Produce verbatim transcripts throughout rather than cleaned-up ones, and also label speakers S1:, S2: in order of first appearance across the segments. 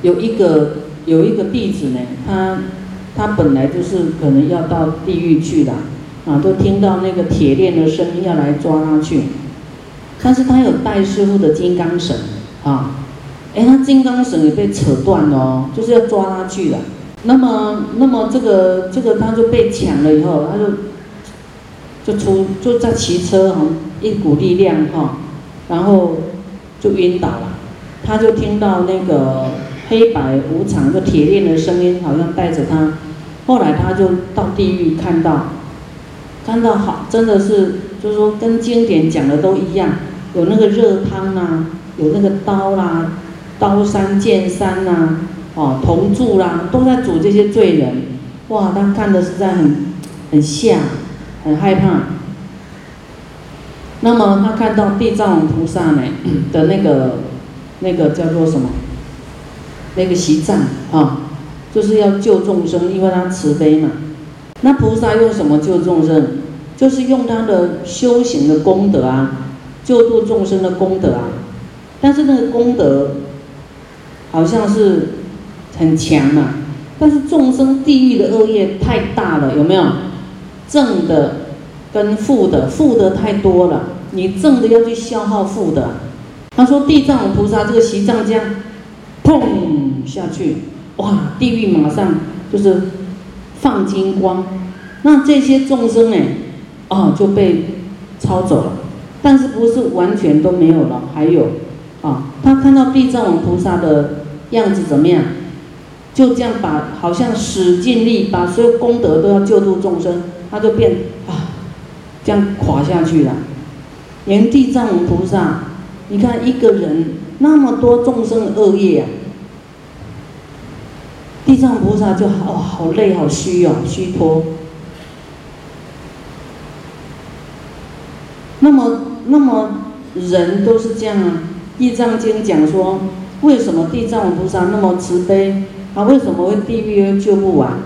S1: 有一个有一个弟子呢，他他本来就是可能要到地狱去了，啊，都听到那个铁链的声音要来抓他去，但是他有带师父的金刚绳，啊，哎，他金刚绳也被扯断了哦，就是要抓他去了。那么那么这个这个他就被抢了以后，他就就出就在骑车哈，一股力量哈，然后就晕倒了，他就听到那个黑白无常的铁链的声音，好像带着他。后来他就到地狱看到，看到好，真的是就是说跟经典讲的都一样，有那个热汤啦，有那个刀啦，刀山剑山啦，哦，铜柱啦，都在煮这些罪人。哇，他看的实在很很吓，很害怕。那么他看到地藏王菩萨呢的那个那个叫做什么？那个习藏啊，就是要救众生，因为他慈悲嘛。那菩萨用什么救众生？就是用他的修行的功德啊，救度众生的功德啊。但是那个功德好像是很强嘛，但是众生地狱的恶业太大了，有没有？正的跟负的，负的太多了，你正的要去消耗负的。他说地藏王菩萨这个习藏这样，砰下去，哇，地狱马上就是放金光，那这些众生呢，哦就被抄走了，但是不是完全都没有了，还有啊，他看到地藏王菩萨的样子怎么样？就这样把好像使尽力把所有功德都要救度众生，他就变啊这样垮下去了。连地藏王菩萨，你看一个人那么多众生的恶业啊，地藏王菩萨就好、哦、好累好虚哦，虚脱。那么那么人都是这样啊，《地藏经》讲说，为什么地藏王菩萨那么慈悲？他为什么会地狱又救不完？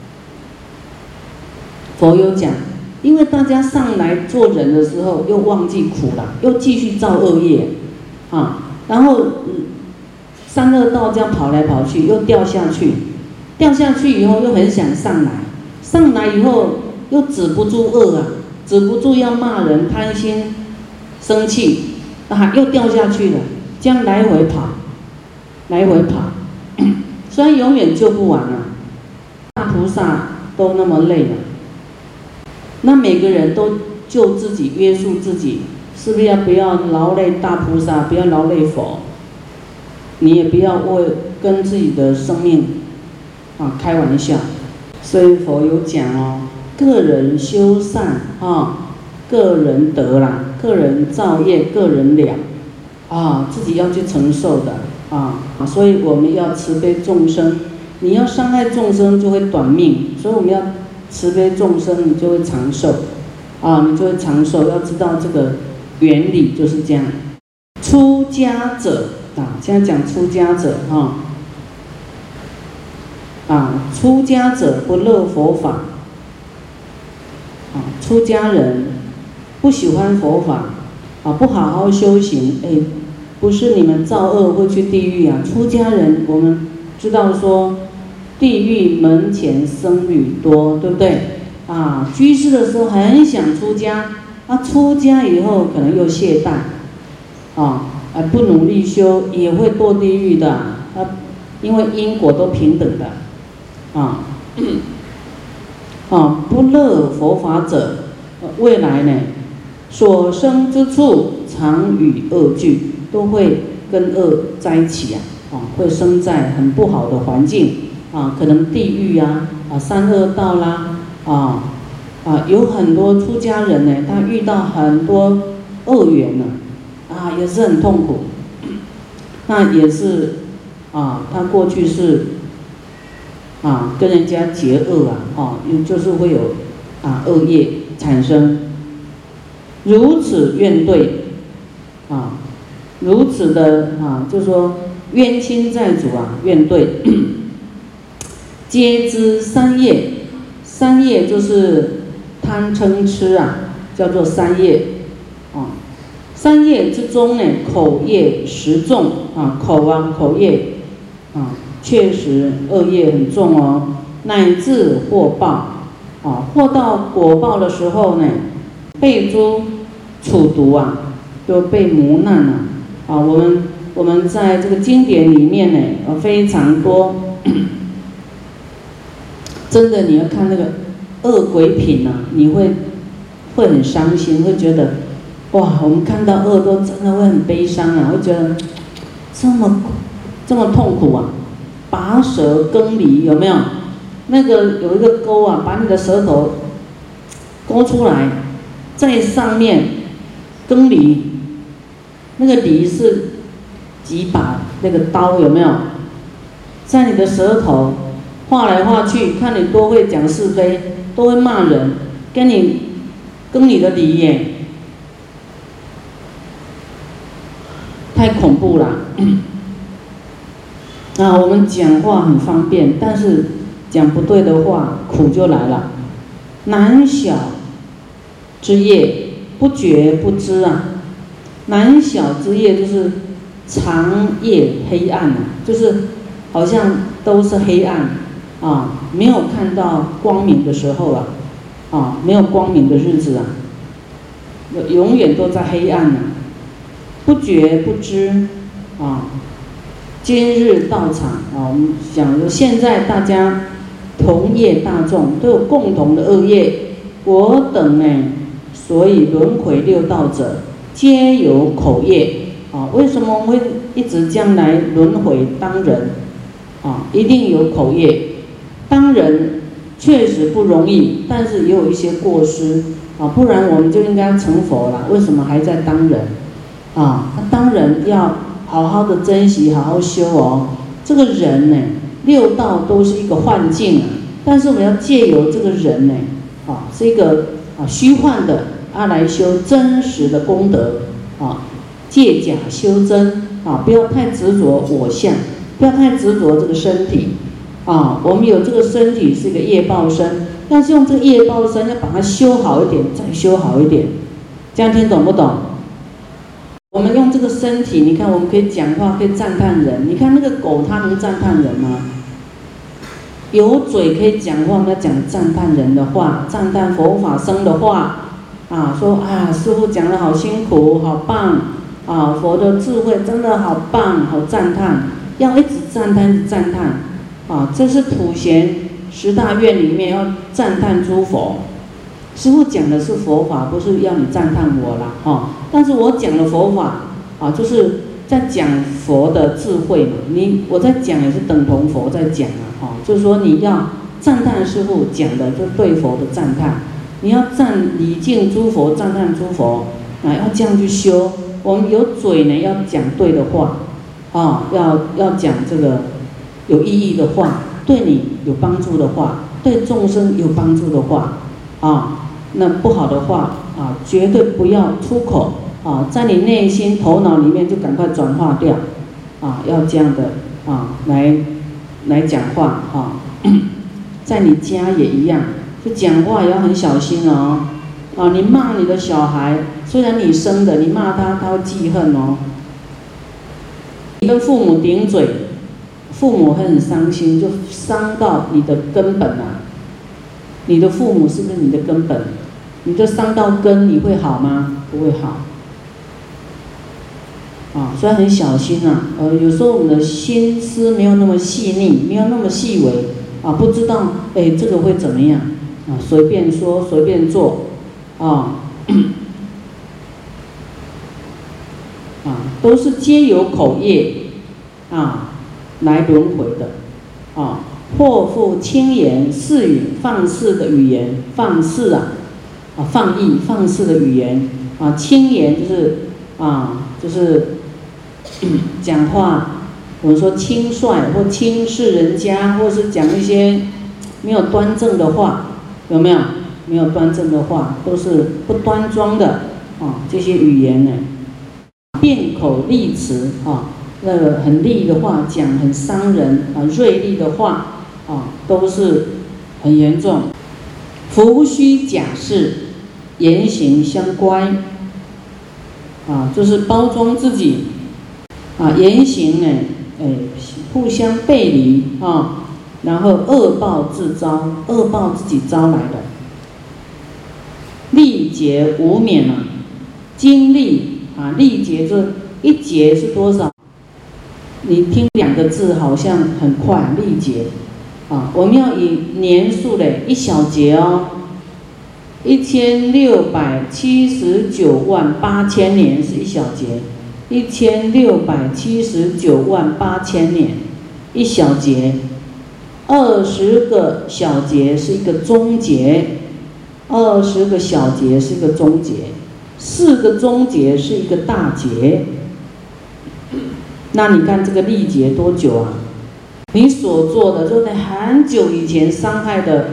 S1: 佛有讲，因为大家上来做人的时候，又忘记苦了，又继续造恶业，啊，然后、嗯、三恶道这样跑来跑去，又掉下去，掉下去以后又很想上来，上来以后又止不住恶啊，止不住要骂人、贪心、生气，啊，又掉下去了，这样来回跑，来回跑。虽然永远救不完啊，大菩萨都那么累了，那每个人都救自己、约束自己，是不是要不要劳累大菩萨，不要劳累佛？你也不要为跟自己的生命啊开玩笑。所以佛有讲哦，个人修善啊，个人得啦，个人造业，个人了啊，自己要去承受的。啊，所以我们要慈悲众生，你要伤害众生就会短命，所以我们要慈悲众生，你就会长寿，啊，你就会长寿。要知道这个原理就是这样。出家者啊，现在讲出家者哈，啊，出家者不乐佛法，啊，出家人不喜欢佛法，啊，不好好修行，哎。不是你们造恶会去地狱啊！出家人我们知道说，地狱门前僧侣多，对不对？啊，居士的时候很想出家，啊，出家以后可能又懈怠，啊，啊不努力修也会堕地狱的，啊，因为因果都平等的，啊，啊不乐佛法者，未来呢，所生之处常与恶俱。都会跟恶在一起啊，啊，会生在很不好的环境啊，可能地狱啊，啊，三恶道啦，啊，啊，有很多出家人呢，他遇到很多恶缘呢，啊，也是很痛苦。那也是啊，他过去是啊，跟人家结恶啊，啊，就是会有啊恶业产生，如此怨怼啊。如此的啊，就说冤亲债主啊，怨怼，皆知三业，三业就是贪嗔痴啊，叫做三业啊。三业之中呢，口业十重啊，口啊口业啊，确实恶业很重哦，乃至祸报啊，祸到果报的时候呢，被诸处毒啊，就被磨难啊啊，我们我们在这个经典里面呢，呃非常多，真的你要看那个恶鬼品啊，你会会很伤心，会觉得哇，我们看到恶都真的会很悲伤啊，会觉得这么这么痛苦啊！拔舌耕梨有没有？那个有一个钩啊，把你的舌头勾出来，在上面耕梨，那个梨是几把那个刀有没有？在你的舌头画来画去，看你多会讲是非，多会骂人，跟你耕你的梨耶，太恐怖了。啊，我们讲话很方便，但是讲不对的话，苦就来了。难晓之业，不觉不知啊。难晓之业就是长夜黑暗啊，就是好像都是黑暗啊，没有看到光明的时候啊，啊，没有光明的日子啊，永远都在黑暗啊，不觉不知啊。今日道场啊，我们讲说现在大家同业大众都有共同的恶业，我等呢，所以轮回六道者，皆有口业啊。为什么会一直将来轮回当人啊？一定有口业。当人确实不容易，但是也有一些过失啊，不然我们就应该成佛了。为什么还在当人啊？那当人要好好的珍惜，好好修哦。这个人呢，六道都是一个幻境啊，但是我们要借由这个人呢，啊，是一个啊虚幻的，啊来修真实的功德啊，借假修真啊，不要太执着我相，不要太执着这个身体啊。我们有这个身体是一个业报身，要是用这个业报身，要把它修好一点，再修好一点，这样听懂不懂？我们用这个身体，你看我们可以讲话，可以赞叹人。你看那个狗，它能赞叹人吗？有嘴可以讲话，我们要讲赞叹人的话，赞叹佛法僧的话啊，说啊，师父讲得好辛苦，好棒啊，佛的智慧真的好棒，好赞叹，要一直赞叹，一直赞叹啊。这是普贤十大愿里面要赞叹诸佛。师父讲的是佛法，不是要你赞叹我啦，哦。但是我讲的佛法啊，就是在讲佛的智慧嘛。你我在讲也是等同佛在讲啊，哦，就是说你要赞叹师父讲的，就对佛的赞叹。你要赞礼敬诸佛，赞叹诸佛啊，要这样去修。我们有嘴呢，要讲对的话啊，要要讲这个有意义的话，对你有帮助的话，对众生有帮助的话啊。那不好的话啊，绝对不要出口啊，在你内心头脑里面就赶快转化掉啊，要这样的啊来来讲话啊，在你家也一样，就讲话也要很小心哦啊，你骂你的小孩，虽然你生的，你骂他他会记恨哦。你跟父母顶嘴，父母会很伤心，就伤到你的根本啊。你的父母是不是你的根本？你就伤到根，你会好吗？不会好。啊，所以很小心啊。呃，有时候我们的心思没有那么细腻，没有那么细微啊，不知道哎这个会怎么样啊？随便说，随便做啊，啊，都是皆有口业啊来轮回的啊。或复轻言肆语放肆的语言，放肆啊，啊放逸放肆的语言啊，轻言就是啊就是讲话，我们说轻率或轻视人家，或是讲一些没有端正的话，有没有？没有端正的话，都是不端庄的啊，这些语言呢，辩口利词啊，那个很利的话讲，很伤人啊，锐利的话。啊，都是很严重。浮虚假饰，言行相乖。啊，就是包装自己。啊，言行呢哎，互相背离啊，然后恶报自招，恶报自己招来的，历劫无免啊，经历啊，历劫这一劫是多少？你听两个字好像很快，历劫啊，我们要以年数嘞，一小节哦。一千六百七十九万八千年是一小节，一千六百七十九万八千年一小节，二十个小节是一个中节，二十个小节是一个中节，四个中节是一个大节。那你看这个历劫多久啊？你所做的就在很久以前伤害的。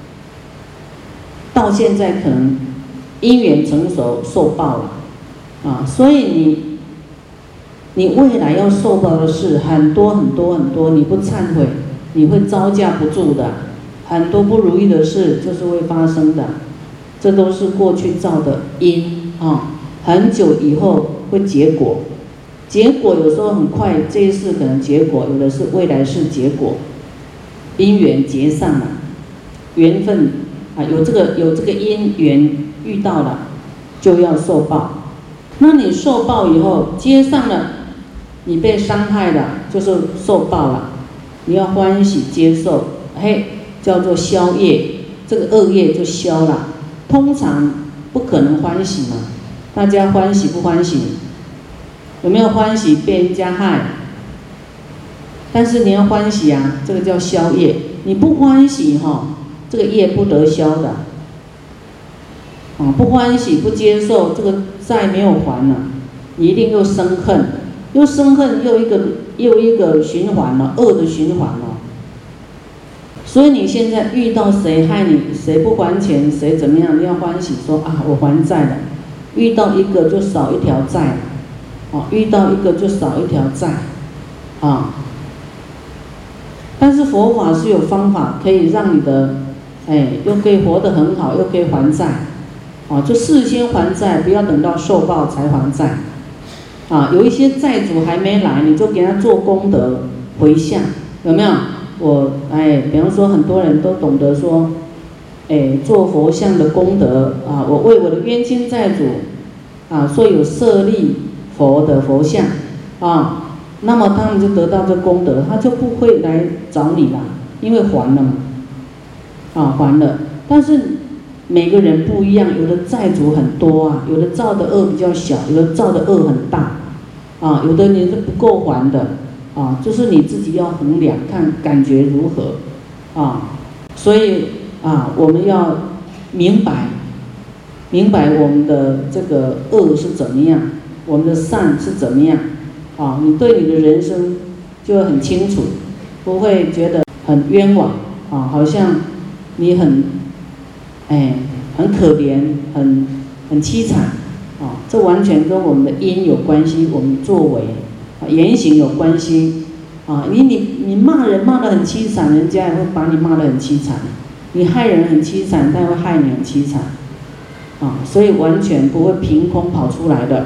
S1: 到现在可能因缘成熟受报了，啊，所以你你未来要受报的事很多很多很多，你不忏悔，你会招架不住的，很多不如意的事就是会发生的，这都是过去造的因啊，很久以后会结果，结果有时候很快，这一世可能结果，有的是未来是结果，因缘结上了，缘分。啊，有这个有这个因缘遇到了，就要受报。那你受报以后，接上了，你被伤害了，就是受报了。你要欢喜接受，嘿，叫做消业，这个恶业就消了。通常不可能欢喜嘛，大家欢喜不欢喜？有没有欢喜被人家害？但是你要欢喜啊，这个叫消业。你不欢喜哈、哦。这个业不得消的，啊，不欢喜不接受，这个债没有还了，你一定又生恨，又生恨又一个又一个循环了，恶的循环了。所以你现在遇到谁害你，谁不还钱，谁怎么样，你要欢喜说啊，我还债了。遇到一个就少一条债，啊，遇到一个就少一条债，啊。但是佛法是有方法可以让你的。哎，又可以活得很好，又可以还债，啊，就事先还债，不要等到受报才还债，啊，有一些债主还没来，你就给他做功德回向，有没有？我哎，比方说很多人都懂得说，哎，做佛像的功德啊，我为我的冤亲债主，啊，说有设立佛的佛像，啊，那么他们就得到这功德，他就不会来找你了，因为还了嘛。啊，还了，但是每个人不一样，有的债主很多啊，有的造的恶比较小，有的造的恶很大，啊，有的你是不够还的，啊，就是你自己要衡量，看感觉如何，啊，所以啊，我们要明白，明白我们的这个恶是怎么样，我们的善是怎么样，啊，你对你的人生就会很清楚，不会觉得很冤枉，啊，好像。你很，哎，很可怜，很很凄惨，啊，这完全跟我们的因有关系，我们作为，啊，言行有关系，啊，你你你骂人骂得很凄惨，人家也会把你骂得很凄惨，你害人很凄惨，他也会害你很凄惨，啊，所以完全不会凭空跑出来的。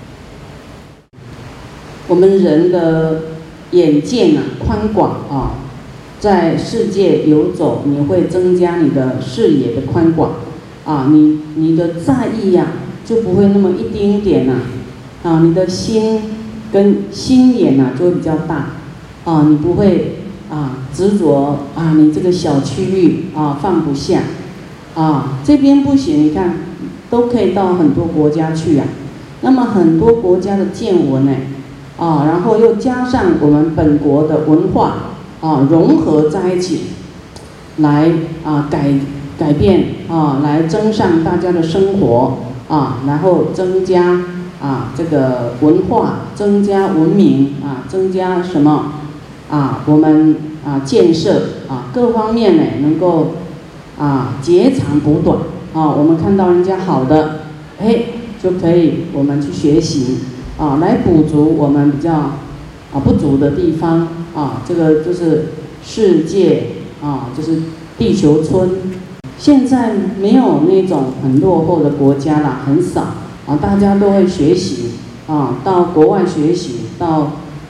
S1: 我们人的眼界啊，宽广啊。在世界游走，你会增加你的视野的宽广，啊，你你的在意呀、啊、就不会那么一丁点呐、啊，啊，你的心跟心眼呐、啊、就会比较大，啊，你不会啊执着啊你这个小区域啊放不下，啊这边不行，你看都可以到很多国家去啊，那么很多国家的见闻呢，啊，然后又加上我们本国的文化。啊，融合在一起，来啊改改变啊，来增上大家的生活啊，然后增加啊这个文化，增加文明啊，增加什么啊我们啊建设啊各方面呢能够啊截长补短啊，我们看到人家好的，哎就可以我们去学习啊，来补足我们比较啊不足的地方。啊，这个就是世界啊，就是地球村。现在没有那种很落后的国家啦，很少啊，大家都会学习啊，到国外学习，到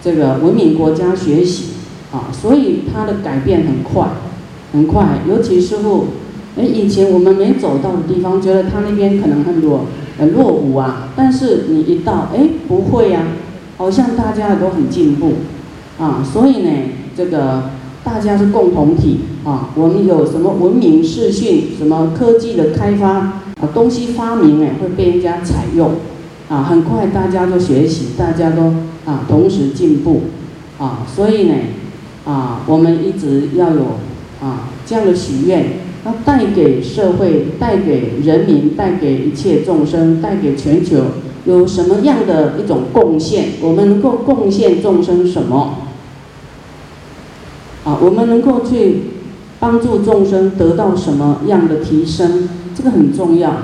S1: 这个文明国家学习啊，所以它的改变很快，很快。尤其师父，哎，以前我们没走到的地方，觉得他那边可能很落很落伍啊，但是你一到，哎，不会啊，好像大家都很进步啊，所以呢，这个大家是共同体啊。我们有什么文明视讯，什么科技的开发啊，东西发明哎，会被人家采用啊，很快大家都学习，大家都啊同时进步啊，所以呢，啊，我们一直要有啊这样的许愿。要带给社会、带给人民、带给一切众生、带给全球，有什么样的一种贡献？我们能够贡献众生什么？啊，我们能够去帮助众生得到什么样的提升？这个很重要。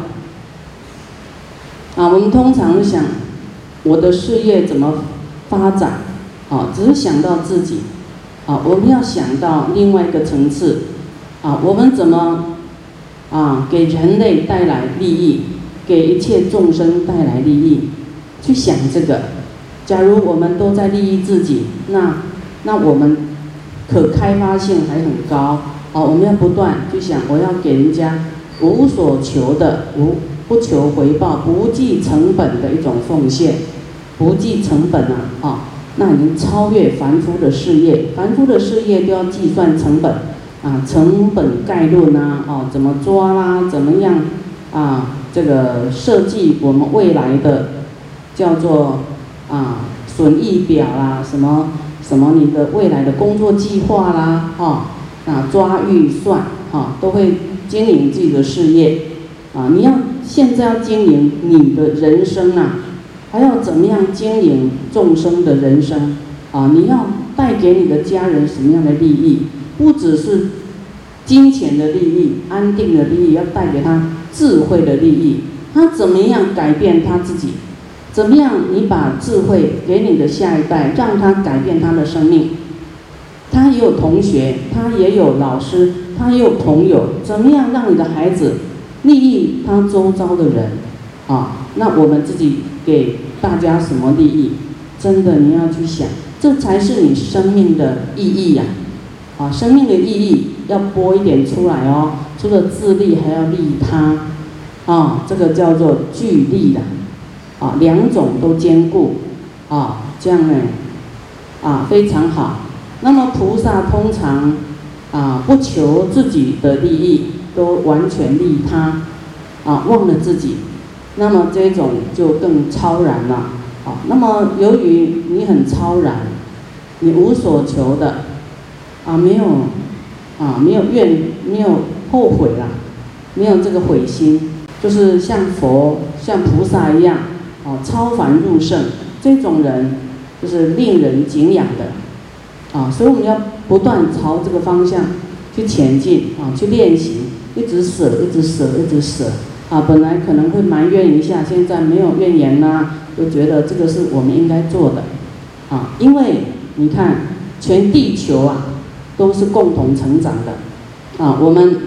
S1: 啊，我们通常想我的事业怎么发展？啊，只是想到自己。啊，我们要想到另外一个层次。啊，我们怎么啊给人类带来利益，给一切众生带来利益？去想这个。假如我们都在利益自己，那那我们可开发性还很高。哦，我们要不断去想，我要给人家无所求的、无不求回报、不计成本的一种奉献。不计成本啊，啊，那已经超越凡夫的事业。凡夫的事业都要计算成本。啊，成本概论啊，哦，怎么抓啦？怎么样啊？这个设计我们未来的叫做啊损益表啦，什么什么你的未来的工作计划啦，哦，啊抓预算，哈、哦，都会经营自己的事业啊。你要现在要经营你的人生啊，还要怎么样经营众生的人生啊？你要带给你的家人什么样的利益？不只是金钱的利益、安定的利益，要带给他智慧的利益。他怎么样改变他自己？怎么样你把智慧给你的下一代，让他改变他的生命？他也有同学，他也有老师，他也有朋友。怎么样让你的孩子利益他周遭的人？啊，那我们自己给大家什么利益？真的你要去想，这才是你生命的意义呀、啊！啊，生命的意义要拨一点出来哦，除了自利还要利他，啊，这个叫做俱利的，啊，两种都兼顾，啊，这样呢，啊，非常好。那么菩萨通常啊不求自己的利益，都完全利他，啊，忘了自己，那么这种就更超然了，啊，那么由于你很超然，你无所求的。啊，没有，啊，没有怨，没有后悔啦，没有这个悔心，就是像佛、像菩萨一样，啊，超凡入圣，这种人就是令人敬仰的，啊，所以我们要不断朝这个方向去前进，啊，去练习，一直舍，一直舍，一直舍，啊，本来可能会埋怨一下，现在没有怨言啦，就觉得这个是我们应该做的，啊，因为你看全地球啊。都是共同成长的，啊，我们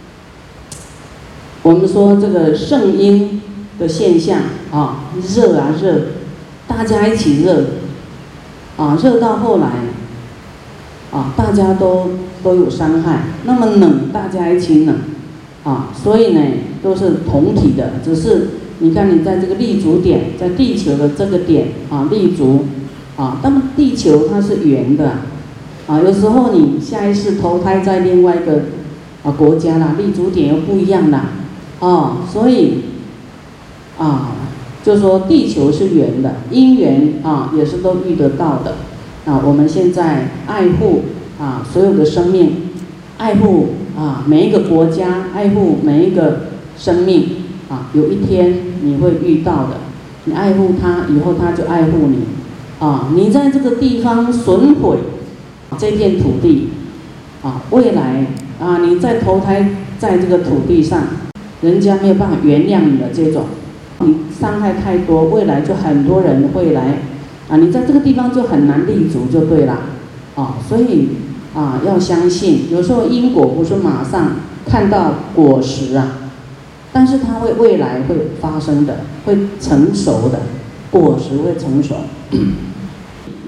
S1: 我们说这个圣婴的现象啊，热啊热，大家一起热，啊，热到后来，啊，大家都都有伤害，那么冷，大家一起冷，啊，所以呢都是同体的，只是你看你在这个立足点，在地球的这个点啊立足，啊，那么地球它是圆的。啊，有时候你下一世投胎在另外一个啊国家啦，立足点又不一样啦，哦，所以啊，就说地球是圆的，因缘啊也是都遇得到的。啊，我们现在爱护啊所有的生命，爱护啊每一个国家，爱护每一个生命啊，有一天你会遇到的。你爱护它，以后它就爱护你。啊，你在这个地方损毁这片土地，啊，未来啊，你再投胎在这个土地上，人家没有办法原谅你的这种，你伤害太多，未来就很多人会来，啊，你在这个地方就很难立足就对了，啊，所以啊要相信，有时候因果不是马上看到果实啊，但是它会未来会发生的，会成熟的，果实会成熟。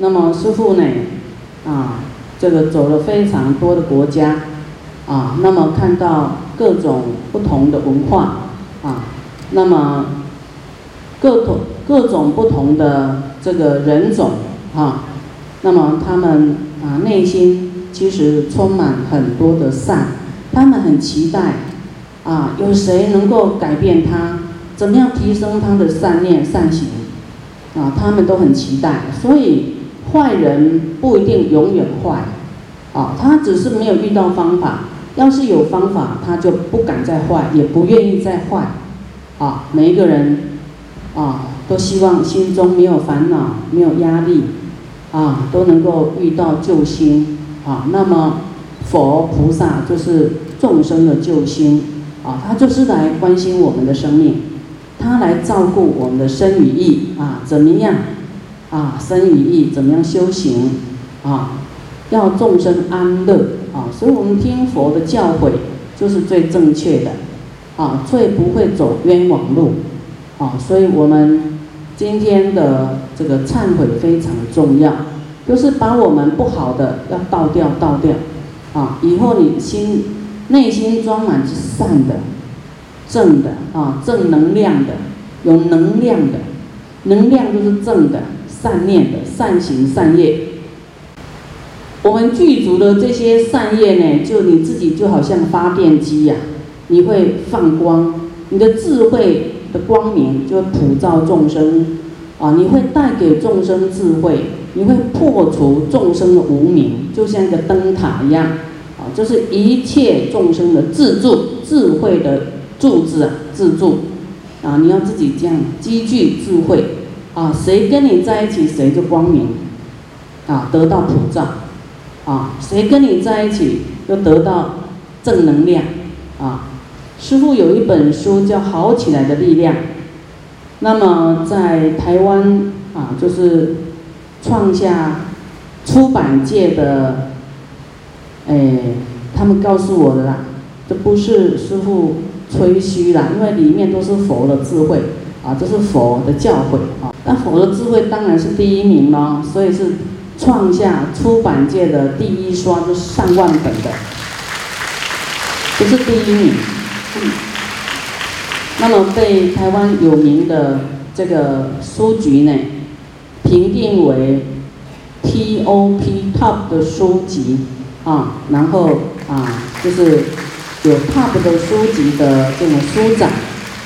S1: 那么师父呢，啊，这个走了非常多的国家，啊，那么看到各种不同的文化，啊，那么各种各种不同的这个人种，啊，那么他们啊内心其实充满很多的善，他们很期待，啊，有谁能够改变他，怎么样提升他的善念善行，啊，他们都很期待，所以坏人不一定永远坏，啊，他只是没有遇到方法，要是有方法，他就不敢再坏，也不愿意再坏，啊，每一个人，啊，都希望心中没有烦恼，没有压力，啊，都能够遇到救星，啊，那么佛菩萨就是众生的救星，啊，他就是来关心我们的生命，他来照顾我们的身语意，啊，怎么样，啊，身语意怎么样修行，啊，要众生安乐，啊，所以我们听佛的教诲就是最正确的，啊，最不会走冤枉路，啊，所以我们今天的这个忏悔非常重要，就是把我们不好的要倒掉倒掉，啊，以后你心内心装满是善的、正的，啊，正能量的，有能量的，能量就是正的、善念的、善行善业。我们具足的这些善业呢，就你自己就好像发电机呀、啊，你会放光，你的智慧的光明就会普照众生，啊，你会带给众生智慧，你会破除众生的无明，就像一个灯塔一样，啊，就是一切众生的自助智慧的助之啊，自助，啊，你要自己这样积聚智慧，啊，谁跟你在一起，谁就光明，啊，得到普照。啊，谁跟你在一起，就得到正能量。啊，师父有一本书叫《好起来的力量》，那么在台湾啊，就是创下出版界的，哎，他们告诉我的啦，这不是师父吹嘘啦，因为里面都是佛的智慧啊，这是佛的教诲啊。那佛的智慧当然是第一名咯，所以是创下出版界的第一刷，就是上万本的，不是第一名。嗯，那么被台湾有名的这个书局呢，评定为 T O P Top 的书籍啊，然后啊，就是有 Top 的书籍的这种书展，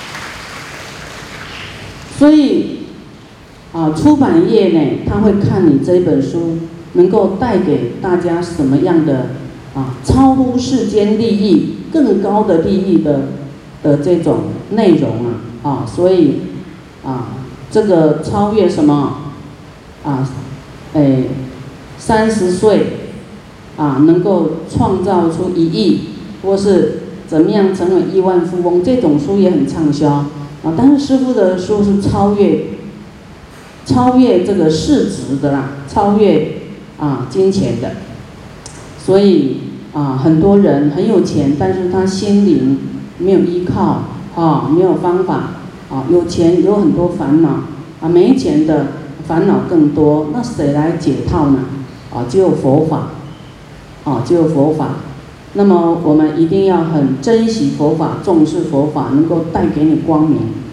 S1: 所以啊，出版业呢，他会看你这本书能够带给大家什么样的啊，超乎世间利益、更高的利益的的这种内容啊啊，所以啊，这个超越什么啊？哎，三十岁啊，能够创造出一亿，或是怎么样成为亿万富翁，这种书也很畅销啊。但是师父的书是超越。超越这个市值的啦，超越啊金钱的，所以啊很多人很有钱，但是他心灵没有依靠啊，没有方法啊，有钱有很多烦恼啊，没钱的烦恼更多，那谁来解套呢？啊，只有佛法，啊，只有佛法。那么我们一定要很珍惜佛法，重视佛法，能够带给你光明。